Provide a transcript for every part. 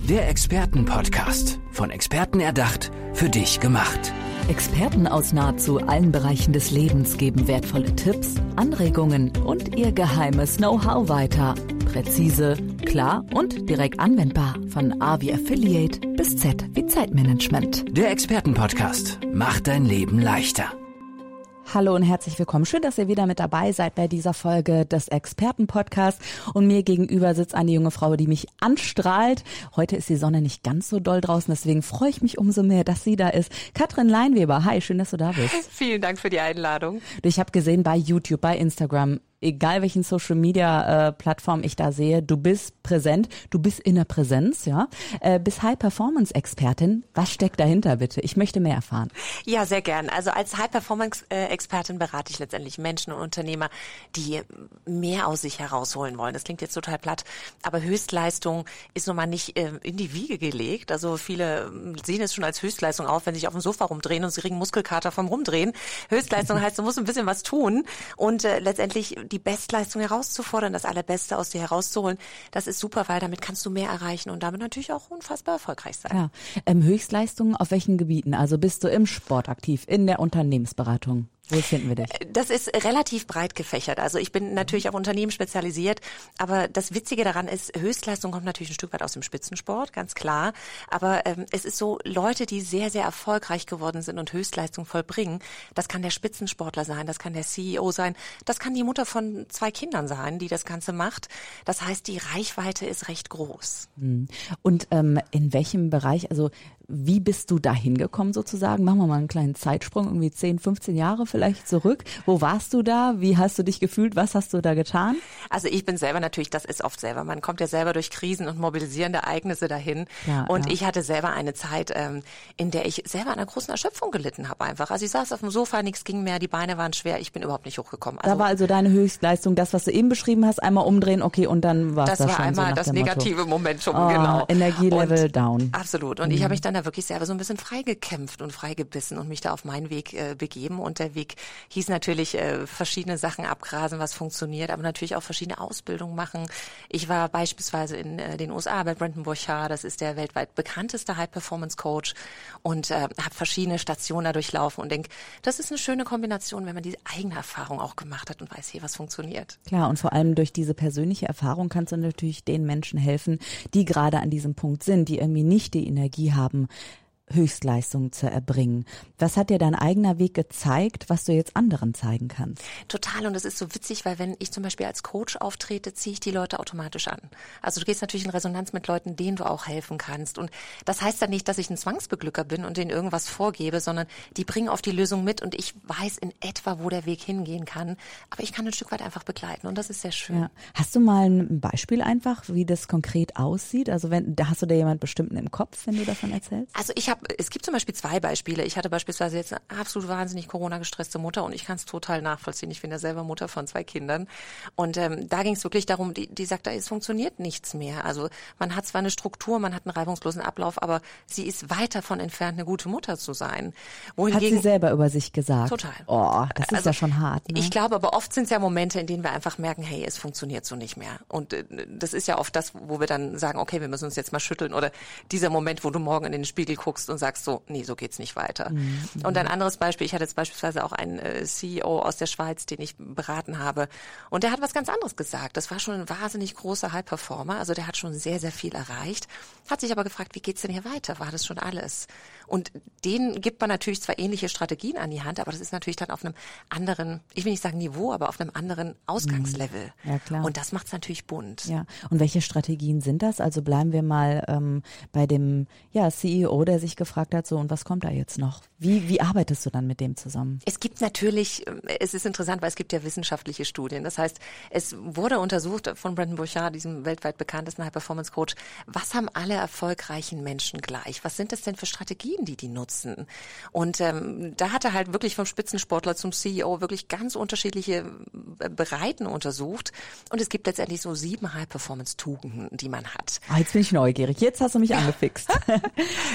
Der Expertenpodcast. Von Experten erdacht, für dich gemacht. Experten aus nahezu allen Bereichen des Lebens geben wertvolle Tipps, Anregungen und ihr geheimes Know-how weiter. Präzise, klar und direkt anwendbar. Von A wie Affiliate bis Z wie Zeitmanagement. Der Expertenpodcast macht dein Leben leichter. Hallo und herzlich willkommen. Schön, dass ihr wieder mit dabei seid bei dieser Folge des Expertenpodcasts. Und mir gegenüber sitzt eine junge Frau, die mich anstrahlt. Heute ist die Sonne nicht ganz so doll draußen, deswegen freue ich mich umso mehr, dass sie da ist. Katrin Leinweber, hi, schön, dass du da bist. Vielen Dank für die Einladung. Ich habe gesehen bei YouTube, bei Instagram, egal welchen Social Media Plattform ich da sehe, du bist präsent, du bist in der Präsenz, ja, bist High-Performance-Expertin. Was steckt dahinter, bitte? Ich möchte mehr erfahren. Ja, sehr gern. Also als High-Performance-Expertin berate ich letztendlich Menschen und Unternehmer, die mehr aus sich herausholen wollen. Das klingt jetzt total platt, aber Höchstleistung ist nun mal nicht in die Wiege gelegt. Also viele sehen es schon als Höchstleistung auf, wenn sie sich auf dem Sofa rumdrehen und sie kriegen Muskelkater vom Rumdrehen. Höchstleistung heißt, du musst ein bisschen was tun und letztendlich die Bestleistung herauszufordern, das Allerbeste aus dir herauszuholen, das ist super, weil damit kannst du mehr erreichen und damit natürlich auch unfassbar erfolgreich sein. Ja. Höchstleistungen auf welchen Gebieten? Also bist du im Sport aktiv, in der Unternehmensberatung? Wo finden wir dich? Das ist relativ breit gefächert. Also ich bin natürlich auf Unternehmen spezialisiert, aber das Witzige daran ist, Höchstleistung kommt natürlich ein Stück weit aus dem Spitzensport, ganz klar. Aber es ist so, Leute, die sehr, sehr erfolgreich geworden sind und Höchstleistung vollbringen, das kann der Spitzensportler sein, das kann der CEO sein, das kann die Mutter von 2 Kindern sein, die das Ganze macht. Das heißt, die Reichweite ist recht groß. Und in welchem Bereich, also wie bist du da hingekommen sozusagen? Machen wir mal einen kleinen Zeitsprung, irgendwie 10, 15 Jahre vielleicht zurück. Wo warst du da? Wie hast du dich gefühlt? Was hast du da getan? Also ich bin selber natürlich, das ist oft selber. Man kommt ja selber durch Krisen und mobilisierende Ereignisse dahin. Ja, und ja. Ich hatte selber eine Zeit, in der ich selber an einer großen Erschöpfung gelitten habe einfach. Also ich saß auf dem Sofa, nichts ging mehr, die Beine waren schwer, ich bin überhaupt nicht hochgekommen. Da war also deine Höchstleistung, das, was du eben beschrieben hast, einmal umdrehen, okay, und dann war es das da schon war einmal so nach das dem negative Motto. Momentum, Oh, genau. Energielevel und, down. Absolut. Und ich habe mich dann da wirklich selber so ein bisschen freigekämpft und freigebissen und mich da auf meinen Weg begeben. Und der Weg hieß natürlich verschiedene Sachen abgrasen, was funktioniert, aber natürlich auch verschiedene Ausbildungen machen. Ich war beispielsweise in den USA bei Brendon Burchard, das ist der weltweit bekannteste High-Performance-Coach und habe verschiedene Stationen da durchlaufen und denke, das ist eine schöne Kombination, wenn man diese eigene Erfahrung auch gemacht hat und weiß, hey, was funktioniert. Klar, und vor allem durch diese persönliche Erfahrung kannst du natürlich den Menschen helfen, die gerade an diesem Punkt sind, die irgendwie nicht die Energie haben, Höchstleistung zu erbringen. Was hat dir dein eigener Weg gezeigt, was du jetzt anderen zeigen kannst? Total, und das ist so witzig, weil wenn ich zum Beispiel als Coach auftrete, ziehe ich die Leute automatisch an. Also du gehst natürlich in Resonanz mit Leuten, denen du auch helfen kannst. Und das heißt dann nicht, dass ich ein Zwangsbeglücker bin und denen irgendwas vorgebe, sondern die bringen oft die Lösung mit und ich weiß in etwa, wo der Weg hingehen kann. Aber ich kann ein Stück weit einfach begleiten und das ist sehr schön. Ja. Hast du mal ein Beispiel einfach, wie das konkret aussieht? Also da hast du da jemand bestimmten im Kopf, wenn du davon erzählst? Also es gibt zum Beispiel 2 Beispiele. Ich hatte beispielsweise jetzt eine absolut wahnsinnig Corona-gestresste Mutter und ich kann es total nachvollziehen. Ich bin ja selber Mutter von 2 Kindern und da ging es wirklich darum, die sagt, es funktioniert nichts mehr. Also man hat zwar eine Struktur, man hat einen reibungslosen Ablauf, aber sie ist weit davon entfernt, eine gute Mutter zu sein. Wohingegen, hat sie selber über sich gesagt? Total. Oh, das ist ja schon hart. Ne? Ich glaube, aber oft sind es ja Momente, in denen wir einfach merken, hey, es funktioniert so nicht mehr. Und das ist ja oft das, wo wir dann sagen, okay, wir müssen uns jetzt mal schütteln oder dieser Moment, wo du morgen in den Spiegel guckst und sagst so, nee, so geht's nicht weiter. Mhm. Und ein anderes Beispiel, ich hatte jetzt beispielsweise auch einen CEO aus der Schweiz, den ich beraten habe und der hat was ganz anderes gesagt. Das war schon ein wahnsinnig großer High-Performer, also der hat schon sehr, sehr viel erreicht, hat sich aber gefragt, wie geht's denn hier weiter? War das schon alles? Und denen gibt man natürlich zwar ähnliche Strategien an die Hand, aber das ist natürlich dann auf einem anderen, ich will nicht sagen Niveau, aber auf einem anderen Ausgangslevel. Ja, klar. Und das macht's natürlich bunt. Ja. Und welche Strategien sind das? Also bleiben wir mal bei dem CEO, der sich gefragt hat, so, und was kommt da jetzt noch? Wie arbeitest du dann mit dem zusammen? Es gibt natürlich, es ist interessant, weil es gibt ja wissenschaftliche Studien. Das heißt, es wurde untersucht von Brendon Burchard, diesem weltweit bekanntesten High-Performance-Coach, was haben alle erfolgreichen Menschen gleich? Was sind das denn für Strategien, die nutzen? Und da hat er halt wirklich vom Spitzensportler zum CEO wirklich ganz unterschiedliche Breiten untersucht. Und es gibt letztendlich so 7 High-Performance-Tugenden, die man hat. Jetzt bin ich neugierig. Jetzt hast du mich angefixt. Bitte,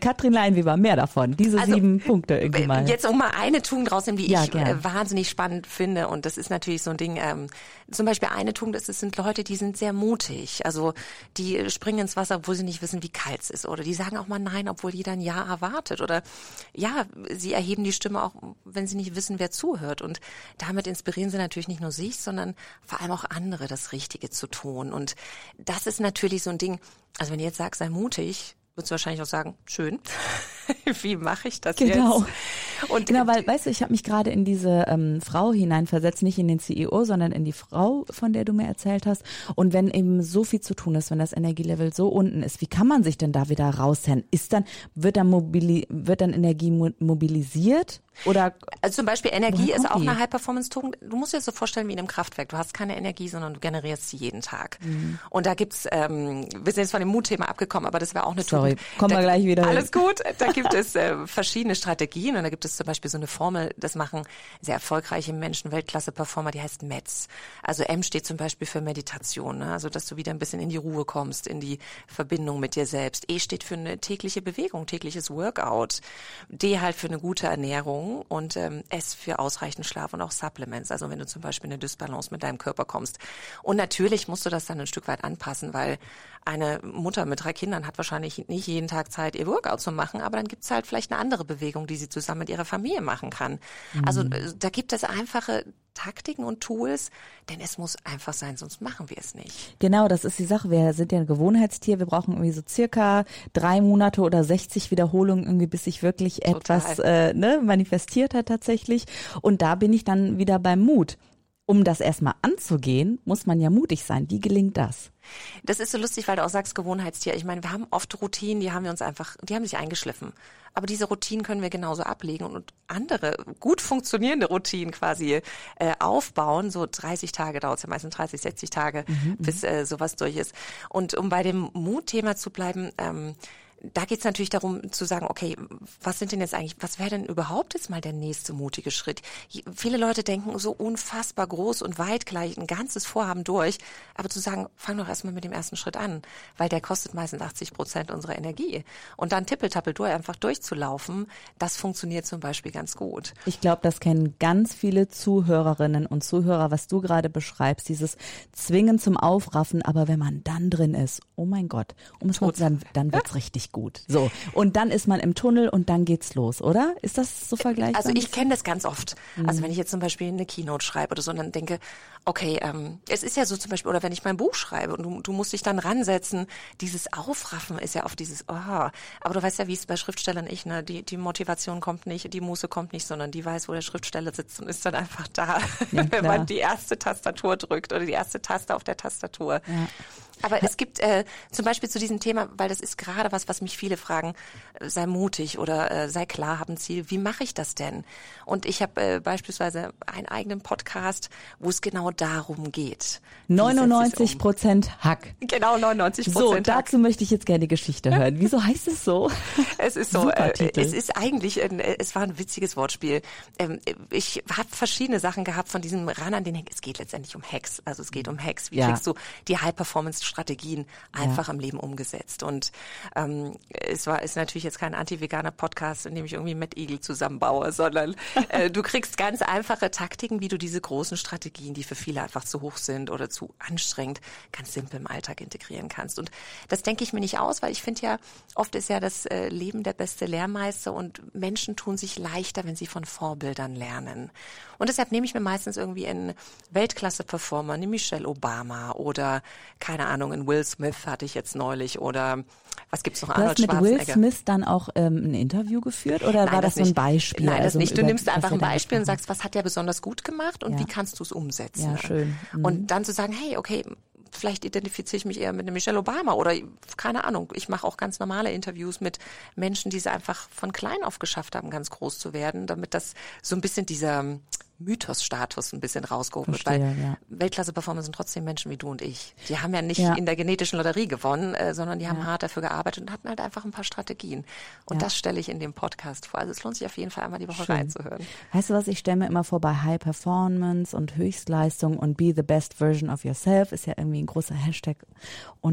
Katrin Leinweber, mehr davon. Diese 7 Punkte irgendwie mal. Jetzt um mal eine Tugend rausnehmen, die ich gern. wahnsinnig spannend finde. Und das ist natürlich so ein Ding, zum Beispiel eine Tugend ist, es sind Leute, die sind sehr mutig. Also die springen ins Wasser, obwohl sie nicht wissen, wie kalt es ist. Oder die sagen auch mal Nein, obwohl jeder ein Ja erwartet. Oder ja, sie erheben die Stimme auch, wenn sie nicht wissen, wer zuhört. Und damit inspirieren sie natürlich nicht nur sich, sondern vor allem auch andere, das Richtige zu tun. Und das ist natürlich so ein Ding, also wenn ihr jetzt sagst, sei mutig, würdest du wahrscheinlich auch sagen, schön, wie mache ich das jetzt? Und genau, weil, weißt du, ich habe mich gerade in diese Frau hineinversetzt, nicht in den CEO, sondern in die Frau, von der du mir erzählt hast. Und wenn eben so viel zu tun ist, wenn das Energielevel so unten ist, wie kann man sich denn da wieder raushängen? Wird dann Energie mobilisiert? Oder also zum Beispiel Energie ist auch eine High-Performance-Tugend. Du musst dir das so vorstellen wie in einem Kraftwerk. Du hast keine Energie, sondern du generierst sie jeden Tag. Mhm. Und da gibt's, wir sind jetzt von dem Mutthema abgekommen, aber das wäre auch eine Tugend. Kommen wir gleich wieder Alles gut. Da gibt es verschiedene Strategien und da gibt es zum Beispiel so eine Formel, das machen sehr erfolgreiche Menschen, Weltklasse-Performer, die heißt METS. Also M steht zum Beispiel für Meditation, ne? Also dass du wieder ein bisschen in die Ruhe kommst, in die Verbindung mit dir selbst. E steht für eine tägliche Bewegung, tägliches Workout. D halt für eine gute Ernährung. Und S für ausreichend Schlaf und auch Supplements, also wenn du zum Beispiel in eine Dysbalance mit deinem Körper kommst. Und natürlich musst du das dann ein Stück weit anpassen, weil eine Mutter mit 3 Kindern hat wahrscheinlich nicht jeden Tag Zeit, ihr Workout zu machen, aber dann gibt's halt vielleicht eine andere Bewegung, die sie zusammen mit ihrer Familie machen kann. Mhm. Also da gibt es einfache Taktiken und Tools, denn es muss einfach sein, sonst machen wir es nicht. Genau, das ist die Sache. Wir sind ja ein Gewohnheitstier. Wir brauchen irgendwie so circa 3 Monate oder 60 Wiederholungen irgendwie, bis sich wirklich etwas manifestiert hat tatsächlich. Und da bin ich dann wieder beim Mut. Um das erstmal anzugehen, muss man ja mutig sein. Wie gelingt das? Das ist so lustig, weil du auch sagst Gewohnheitstier. Ich meine, wir haben oft Routinen, die haben sich eingeschliffen. Aber diese Routinen können wir genauso ablegen und andere gut funktionierende Routinen quasi aufbauen. So 30 Tage dauert es ja meistens 30, 60 Tage, bis sowas durch ist. Und um bei dem Mutthema zu bleiben, da geht es natürlich darum zu sagen, okay, was wäre denn überhaupt jetzt mal der nächste mutige Schritt? Viele Leute denken so unfassbar groß und weit gleich ein ganzes Vorhaben durch, aber zu sagen, fang doch erstmal mit dem ersten Schritt an, weil der kostet meistens 80% unserer Energie. Und dann tippeltappel durch, einfach durchzulaufen, das funktioniert zum Beispiel ganz gut. Ich glaube, das kennen ganz viele Zuhörerinnen und Zuhörer, was du gerade beschreibst, dieses Zwingen zum Aufraffen, aber wenn man dann drin ist, oh mein Gott, dann wird's richtig gut. So, und dann ist man im Tunnel und dann geht's los, oder? Ist das so vergleichbar? Also ich kenne das ganz oft. Also wenn ich jetzt zum Beispiel eine Keynote schreibe oder so, dann denke, okay, es ist ja so zum Beispiel, oder wenn ich mein Buch schreibe und du musst dich dann ransetzen, dieses Aufraffen ist ja oft dieses, aber du weißt ja, wie es bei Schriftstellern ne? Die Motivation kommt nicht, die Muße kommt nicht, sondern die weiß, wo der Schriftsteller sitzt und ist dann einfach da, ja, wenn man die erste Tastatur drückt oder die erste Taste auf der Tastatur. Ja. Aber es gibt zum Beispiel zu diesem Thema, weil das ist gerade was mich viele fragen, sei mutig oder sei klar, hab ein Ziel. Wie mache ich das denn? Und ich habe beispielsweise einen eigenen Podcast, wo es genau darum geht. 99% Hack. Genau, 99% So, Hack. dazu möchte ich jetzt gerne die Geschichte hören. Wieso heißt es so? Es ist so, es ist eigentlich, es war ein witziges Wortspiel. Ich habe verschiedene Sachen gehabt von diesem Ran an den Hacks. Es geht letztendlich um Hacks. Also es geht um Hacks. Wie kriegst du die High-Performance-Strategien einfach im Leben umgesetzt? Und ist natürlich jetzt kein anti-veganer Podcast, in dem ich irgendwie Mad Eagle zusammenbaue, sondern du kriegst ganz einfache Taktiken, wie du diese großen Strategien, die für viele einfach zu hoch sind oder zu anstrengend, ganz simpel im Alltag integrieren kannst. Und das denke ich mir nicht aus, weil ich finde ja, oft ist ja das Leben der beste Lehrmeister und Menschen tun sich leichter, wenn sie von Vorbildern lernen. Und deshalb nehme ich mir meistens irgendwie einen Weltklasse-Performer, eine Michelle Obama oder, keine Ahnung, einen Will Smith hatte ich jetzt neulich oder was gibt's noch? Arnold Schwarzenegger. Du hast mit Will Smith dann auch ein Interview geführt oder Nein, war das so ein Beispiel? Nein, das nicht. Du nimmst einfach ein Beispiel und sagst, was hat der besonders gut gemacht und wie kannst du es umsetzen? Ja, schön. Mhm. Und dann zu sagen, hey, okay, vielleicht identifiziere ich mich eher mit einer Michelle Obama oder keine Ahnung. Ich mache auch ganz normale Interviews mit Menschen, die es einfach von klein auf geschafft haben, ganz groß zu werden, damit das so ein bisschen dieser Mythos-Status ein bisschen rausgehoben wird, weil Weltklasse-Performer sind trotzdem Menschen wie du und ich. Die haben ja nicht in der genetischen Lotterie gewonnen, sondern die haben hart dafür gearbeitet und hatten halt einfach ein paar Strategien. Und das stelle ich in dem Podcast vor. Also es lohnt sich auf jeden Fall einmal die Woche reinzuhören. Weißt du was, ich stelle mir immer vor, bei High Performance und Höchstleistung und Be the best version of yourself ist ja irgendwie ein großer Hashtag. Und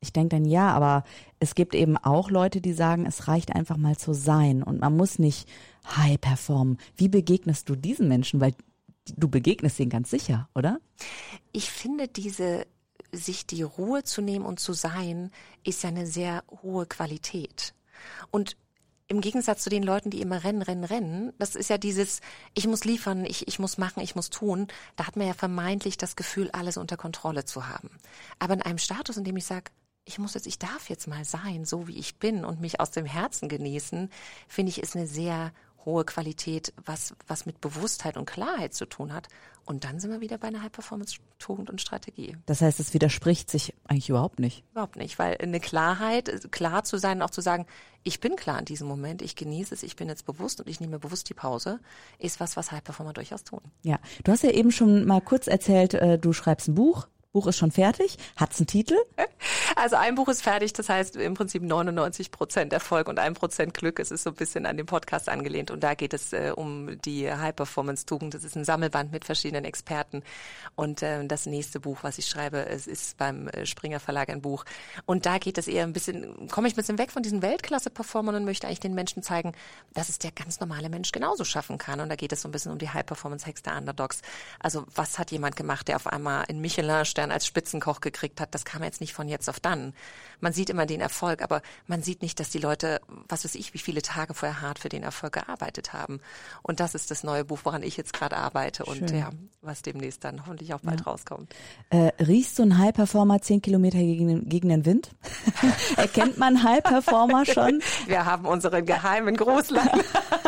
Ich denke dann, ja, aber es gibt eben auch Leute, die sagen, es reicht einfach mal zu sein und man muss nicht high performen. Wie begegnest du diesen Menschen? Weil du begegnest ihnen ganz sicher, oder? Ich finde sich die Ruhe zu nehmen und zu sein, ist ja eine sehr hohe Qualität. Und im Gegensatz zu den Leuten, die immer rennen, das ist ja dieses, ich muss liefern, ich muss machen, ich muss tun, da hat man ja vermeintlich das Gefühl, alles unter Kontrolle zu haben. Aber in einem Status, in dem ich sage, ich darf jetzt mal sein, so wie ich bin und mich aus dem Herzen genießen, finde ich, ist eine sehr hohe Qualität, was mit Bewusstheit und Klarheit zu tun hat. Und dann sind wir wieder bei einer High-Performance-Tugend und Strategie. Das heißt, es widerspricht sich eigentlich überhaupt nicht. Überhaupt nicht, weil eine Klarheit, klar zu sein, auch zu sagen, ich bin klar in diesem Moment, ich genieße es, ich bin jetzt bewusst und ich nehme bewusst die Pause, ist was High-Performer durchaus tun. Ja, du hast ja eben schon mal kurz erzählt, du schreibst ein Buch. Buch ist schon fertig. Hat's einen Titel? Also ein Buch ist fertig, das heißt im Prinzip 99% Erfolg und 1% Glück. Es ist so ein bisschen an den Podcast angelehnt und da geht es um die High-Performance-Tugend. Das ist ein Sammelband mit verschiedenen Experten und das nächste Buch, was ich schreibe, es ist beim Springer Verlag ein Buch und da geht es eher komme ich ein bisschen weg von diesen Weltklasse-Performern und möchte eigentlich den Menschen zeigen, dass es der ganz normale Mensch genauso schaffen kann und da geht es so ein bisschen um die High-Performance-Hacks der Underdogs. Also was hat jemand gemacht, der auf einmal einen Michelin-Stern als Spitzenkoch gekriegt hat, das kam jetzt nicht von jetzt auf dann. Man sieht immer den Erfolg, aber man sieht nicht, dass die Leute, was weiß ich, wie viele Tage vorher hart für den Erfolg gearbeitet haben. Und das ist das neue Buch, woran ich jetzt gerade arbeite und ja, was demnächst dann hoffentlich auch bald rauskommt. Riechst du einen High-Performer 10 Kilometer gegen den Wind? Erkennt man High-Performer schon? Wir haben unseren geheimen Grußlein.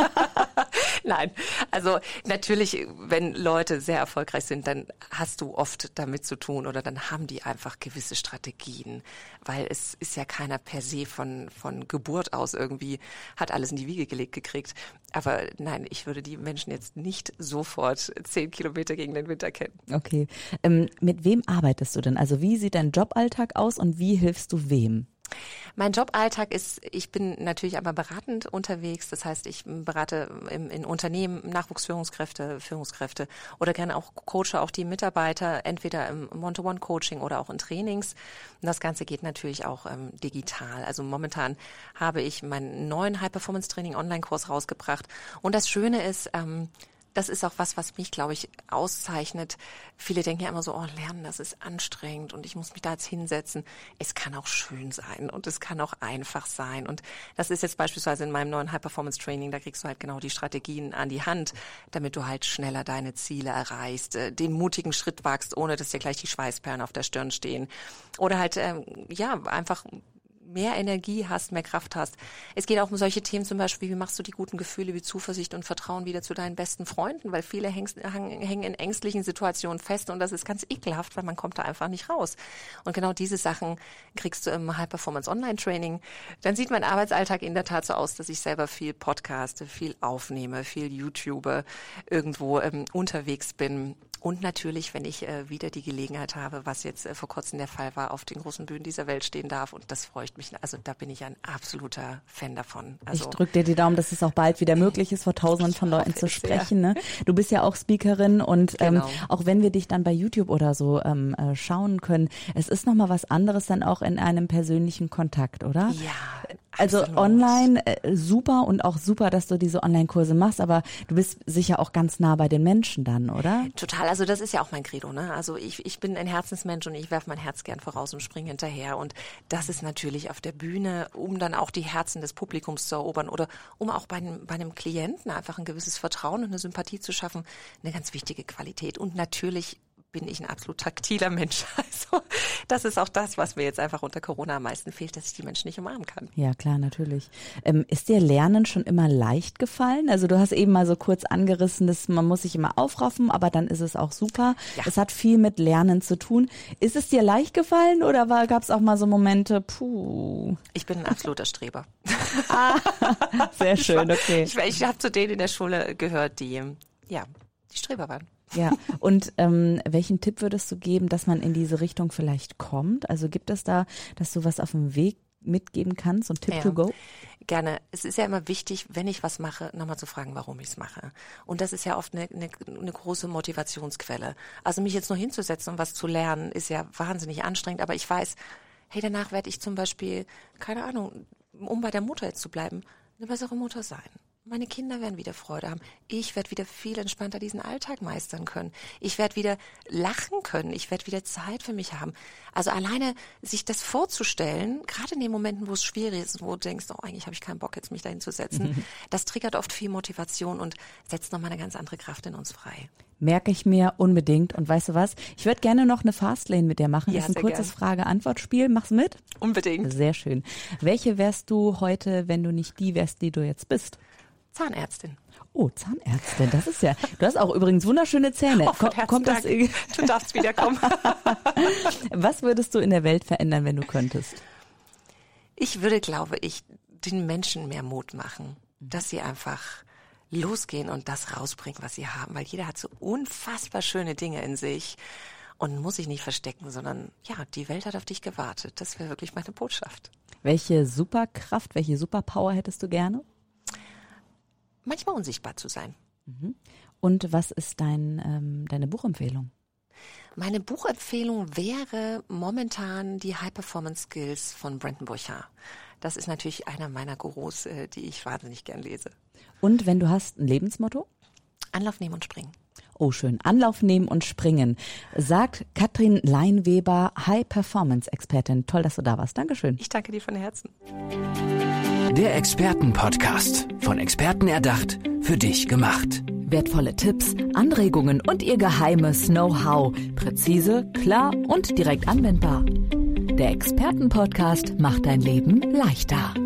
Nein, also natürlich, wenn Leute sehr erfolgreich sind, dann hast du oft damit zu tun oder dann haben die einfach gewisse Strategien, weil es ist ja keiner per se von Geburt aus irgendwie, hat alles in die Wiege gelegt gekriegt. Aber nein, ich würde die Menschen jetzt nicht sofort 10 Kilometer gegen den Wind erkennen. Okay, mit wem arbeitest du denn? Also wie sieht dein Joballtag aus und wie hilfst du wem? Mein Joballtag ist, ich bin natürlich einmal beratend unterwegs, das heißt, ich berate in Unternehmen Nachwuchsführungskräfte, Führungskräfte oder gerne auch coache auch die Mitarbeiter, entweder im One-to-One-Coaching oder auch in Trainings. Und das Ganze geht natürlich auch digital. Also momentan habe ich meinen neuen High-Performance-Training-Online-Kurs rausgebracht und das Schöne ist, das ist auch was mich, glaube ich, auszeichnet. Viele denken ja immer so, oh, Lernen, das ist anstrengend und ich muss mich da jetzt hinsetzen. Es kann auch schön sein und es kann auch einfach sein. Und das ist jetzt beispielsweise in meinem neuen High-Performance-Training, da kriegst du halt genau die Strategien an die Hand, damit du halt schneller deine Ziele erreichst, den mutigen Schritt wagst, ohne dass dir gleich die Schweißperlen auf der Stirn stehen. Oder halt, einfach mehr Energie hast, mehr Kraft hast. Es geht auch um solche Themen zum Beispiel, wie machst du die guten Gefühle wie Zuversicht und Vertrauen wieder zu deinen besten Freunden, weil viele hängen in ängstlichen Situationen fest und das ist ganz ekelhaft, weil man kommt da einfach nicht raus. Und genau diese Sachen kriegst du im High-Performance-Online-Training. Dann sieht mein Arbeitsalltag in der Tat so aus, dass ich selber viel podcaste, viel aufnehme, viel YouTube irgendwo unterwegs bin. Und natürlich, wenn ich wieder die Gelegenheit habe, was jetzt vor kurzem der Fall war, auf den großen Bühnen dieser Welt stehen darf. Und das freut mich. Also da bin ich ein absoluter Fan davon. Also, ich drücke dir die Daumen, dass es auch bald wieder möglich ist, vor Tausenden von Leuten zu sprechen. Ne? Du bist ja auch Speakerin und genau. Auch wenn wir dich dann bei YouTube oder so schauen können, es ist nochmal was anderes dann auch in einem persönlichen Kontakt, oder? Ja, also absolut. online super und auch super, dass du diese Online-Kurse machst, aber du bist sicher auch ganz nah bei den Menschen dann, oder? Total, also das ist ja auch mein Credo, ne? Also ich bin ein Herzensmensch und ich werfe mein Herz gern voraus und springe hinterher und das ist natürlich auf der Bühne, um dann auch die Herzen des Publikums zu erobern oder um auch bei einem Klienten einfach ein gewisses Vertrauen und eine Sympathie zu schaffen, eine ganz wichtige Qualität und natürlich bin ich ein absolut taktiler Mensch. Also das ist auch das, was mir jetzt einfach unter Corona am meisten fehlt, dass ich die Menschen nicht umarmen kann. Ja, klar, natürlich. Ist dir Lernen schon immer leicht gefallen? Also du hast eben mal so kurz angerissen, dass man muss sich immer aufraffen, aber dann ist es auch super. Ja. Es hat viel mit Lernen zu tun. Ist es dir leicht gefallen oder gab es auch mal so Momente, puh? Ich bin ein absoluter Streber. Sehr schön, okay. Ich habe zu denen in der Schule gehört, die Streber waren. Ja, und welchen Tipp würdest du geben, dass man in diese Richtung vielleicht kommt? Also gibt es da, dass du was auf dem Weg mitgeben kannst, so ein Tipp to go? Gerne. Es ist ja immer wichtig, wenn ich was mache, nochmal zu fragen, warum ich es mache. Und das ist ja oft eine große Motivationsquelle. Also mich jetzt nur hinzusetzen und was zu lernen, ist ja wahnsinnig anstrengend, aber ich weiß, hey, danach werde ich zum Beispiel, keine Ahnung, um bei der Mutter jetzt zu bleiben, eine bessere Mutter sein. Meine Kinder werden wieder Freude haben. Ich werde wieder viel entspannter diesen Alltag meistern können. Ich werde wieder lachen können. Ich werde wieder Zeit für mich haben. Also alleine sich das vorzustellen, gerade in den Momenten, wo es schwierig ist, wo du denkst, oh, eigentlich habe ich keinen Bock, jetzt mich dahin zu setzen, das triggert oft viel Motivation und setzt nochmal eine ganz andere Kraft in uns frei. Merke ich mir unbedingt. Und weißt du was? Ich würde gerne noch eine Fastlane mit dir machen. Ja, das ist ein kurzes gern. Frage-Antwort-Spiel. Mach's mit? Unbedingt. Sehr schön. Welche wärst du heute, wenn du nicht die wärst, die du jetzt bist? Zahnärztin. Oh, Zahnärztin, das ist ja. Du hast auch übrigens wunderschöne Zähne. Oh, von Herzen Dank. Du darfst wiederkommen. Was würdest du in der Welt verändern, wenn du könntest? Ich würde, glaube ich, den Menschen mehr Mut machen, dass sie einfach losgehen und das rausbringen, was sie haben. Weil jeder hat so unfassbar schöne Dinge in sich und muss sich nicht verstecken, sondern ja, die Welt hat auf dich gewartet. Das wäre wirklich meine Botschaft. Welche Superkraft, welche Superpower hättest du gerne? Manchmal unsichtbar zu sein. Und was ist deine Buchempfehlung? Meine Buchempfehlung wäre momentan die High Performance Skills von Brendon Burchard. Das ist natürlich einer meiner Gurus, die ich wahnsinnig gern lese. Und wenn du hast ein Lebensmotto? Anlauf nehmen und springen. Oh, schön. Anlauf nehmen und springen. Sagt Katrin Leinweber, High-Performance-Expertin. Toll, dass du da warst. Dankeschön. Ich danke dir von Herzen. Der Expertenpodcast. Von Experten erdacht, für dich gemacht. Wertvolle Tipps, Anregungen und ihr geheimes Know-how. Präzise, klar und direkt anwendbar. Der Expertenpodcast macht dein Leben leichter.